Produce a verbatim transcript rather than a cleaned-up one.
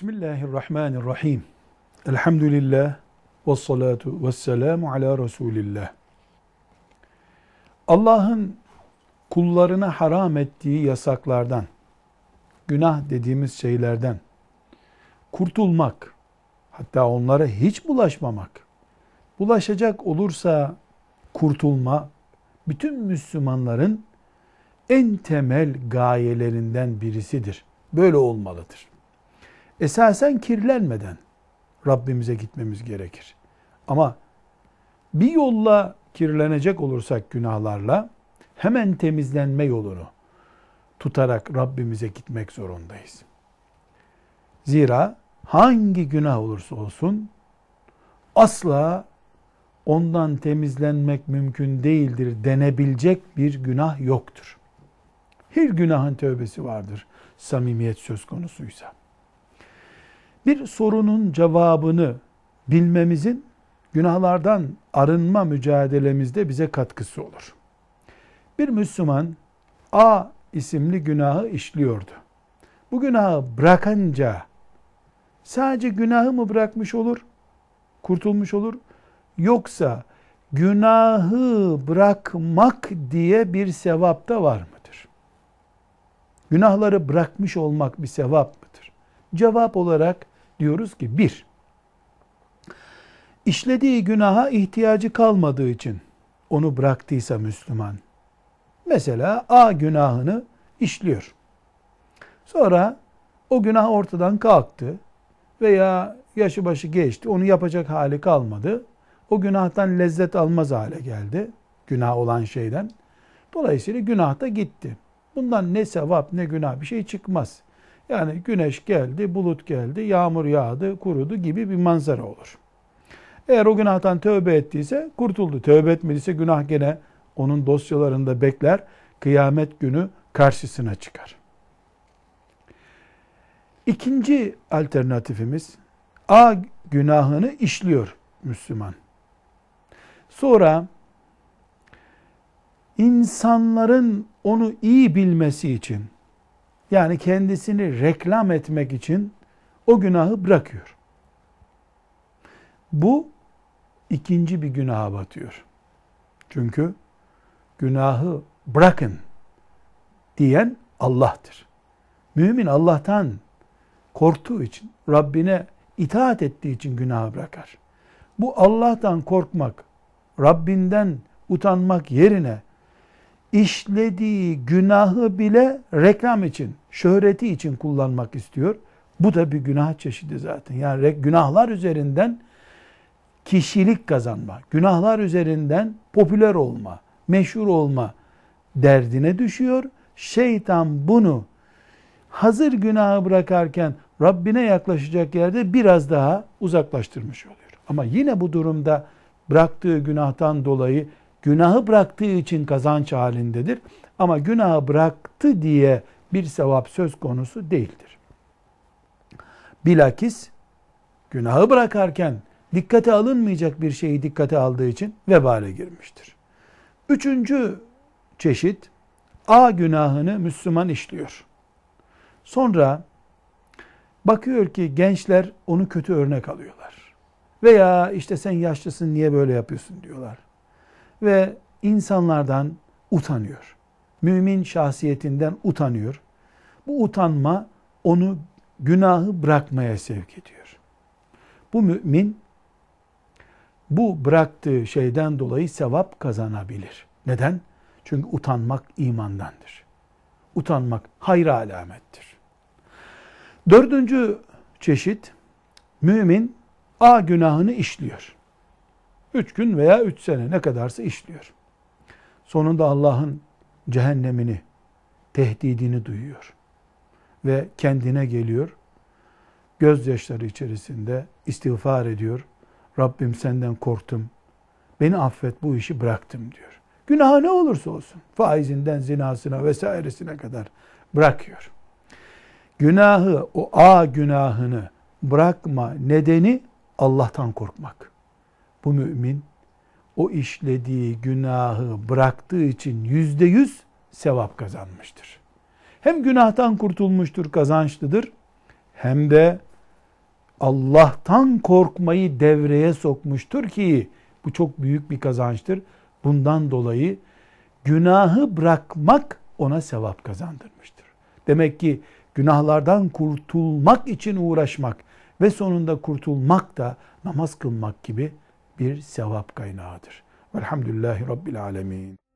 Bismillahirrahmanirrahim. Elhamdülillah ve salatu ve selamu ala Resulillah. Allah'ın kullarına haram ettiği yasaklardan, günah dediğimiz şeylerden kurtulmak, hatta onlara hiç bulaşmamak, bulaşacak olursa kurtulma, bütün Müslümanların en temel gayelerinden birisidir. Böyle olmalıdır. Esasen kirlenmeden Rabbimize gitmemiz gerekir. Ama bir yolla kirlenecek olursak günahlarla hemen temizlenme yolunu tutarak Rabbimize gitmek zorundayız. Zira hangi günah olursa olsun asla ondan temizlenmek mümkün değildir denebilecek bir günah yoktur. Her günahın tövbesi vardır samimiyet söz konusuysa. Bir sorunun cevabını bilmemizin günahlardan arınma mücadelemizde bize katkısı olur. Bir Müslüman A isimli günahı işliyordu. Bu günahı bırakınca sadece günahı mı bırakmış olur, kurtulmuş olur, yoksa günahı bırakmak diye bir sevap da var mıdır? Günahları bırakmış olmak bir sevap mıdır? Cevap olarak diyoruz ki bir, işlediği günaha ihtiyacı kalmadığı için onu bıraktıysa Müslüman, mesela A günahını işliyor. Sonra o günah ortadan kalktı veya yaşı başı geçti, onu yapacak hali kalmadı. O günahtan lezzet almaz hale geldi, günah olan şeyden. Dolayısıyla günah da gitti. Bundan ne sevap ne günah bir şey çıkmaz. Yani güneş geldi, bulut geldi, yağmur yağdı, kurudu gibi bir manzara olur. Eğer o günahtan tövbe ettiyse kurtuldu. Tövbe etmediyse günah gene onun dosyalarında bekler. Kıyamet günü karşısına çıkar. İkinci alternatifimiz, A günahını işliyor Müslüman. Sonra insanların onu iyi bilmesi için, yani kendisini reklam etmek için o günahı bırakıyor. Bu ikinci bir günaha batıyor. Çünkü günahı bırakın diyen Allah'tır. Mümin Allah'tan korktuğu için, Rabbine itaat ettiği için günahı bırakar. Bu Allah'tan korkmak, Rabbinden utanmak yerine işlediği günahı bile reklam için, şöhreti için kullanmak istiyor. Bu da bir günah çeşidi zaten. Yani günahlar üzerinden kişilik kazanma, günahlar üzerinden popüler olma, meşhur olma derdine düşüyor. Şeytan bunu hazır günahı bırakarken Rabbine yaklaşacak yerde biraz daha uzaklaştırmış oluyor. Ama yine bu durumda bıraktığı günahtan dolayı günahı bıraktığı için kazanç halindedir. Ama günahı bıraktı diye bir sevap söz konusu değildir. Bilakis günahı bırakarken dikkate alınmayacak bir şeyi dikkate aldığı için vebale girmiştir. Üçüncü çeşit, A günahını Müslüman işliyor. Sonra bakıyor ki gençler onu kötü örnek alıyorlar. Veya işte sen yaşlısın niye böyle yapıyorsun diyorlar. Ve insanlardan utanıyor. Mümin şahsiyetinden utanıyor. Bu utanma onu günahı bırakmaya sevk ediyor. Bu mümin bu bıraktığı şeyden dolayı sevap kazanabilir. Neden? Çünkü utanmak imandandır. Utanmak hayra alamettir. Dördüncü çeşit, mümin A günahını işliyor. Üç gün veya üç sene ne kadarsa işliyor. Sonunda Allah'ın cehennemini, tehdidini duyuyor. Ve kendine geliyor. Gözyaşları içerisinde istiğfar ediyor. Rabbim senden korktum. Beni affet, bu işi bıraktım diyor. Günahı ne olursa olsun. Faizinden zinasına vesairesine kadar bırakıyor. Günahı, o A günahını bırakma nedeni Allah'tan korkmak. Bu mümin o işlediği günahı bıraktığı için yüzde yüz sevap kazanmıştır. Hem günahtan kurtulmuştur, kazançlıdır, hem de Allah'tan korkmayı devreye sokmuştur ki bu çok büyük bir kazançtır. Bundan dolayı günahı bırakmak ona sevap kazandırmıştır. Demek ki günahlardan kurtulmak için uğraşmak ve sonunda kurtulmak da namaz kılmak gibi bir sevap kaynağıdır. Velhamdülillahi Rabbil Alemin.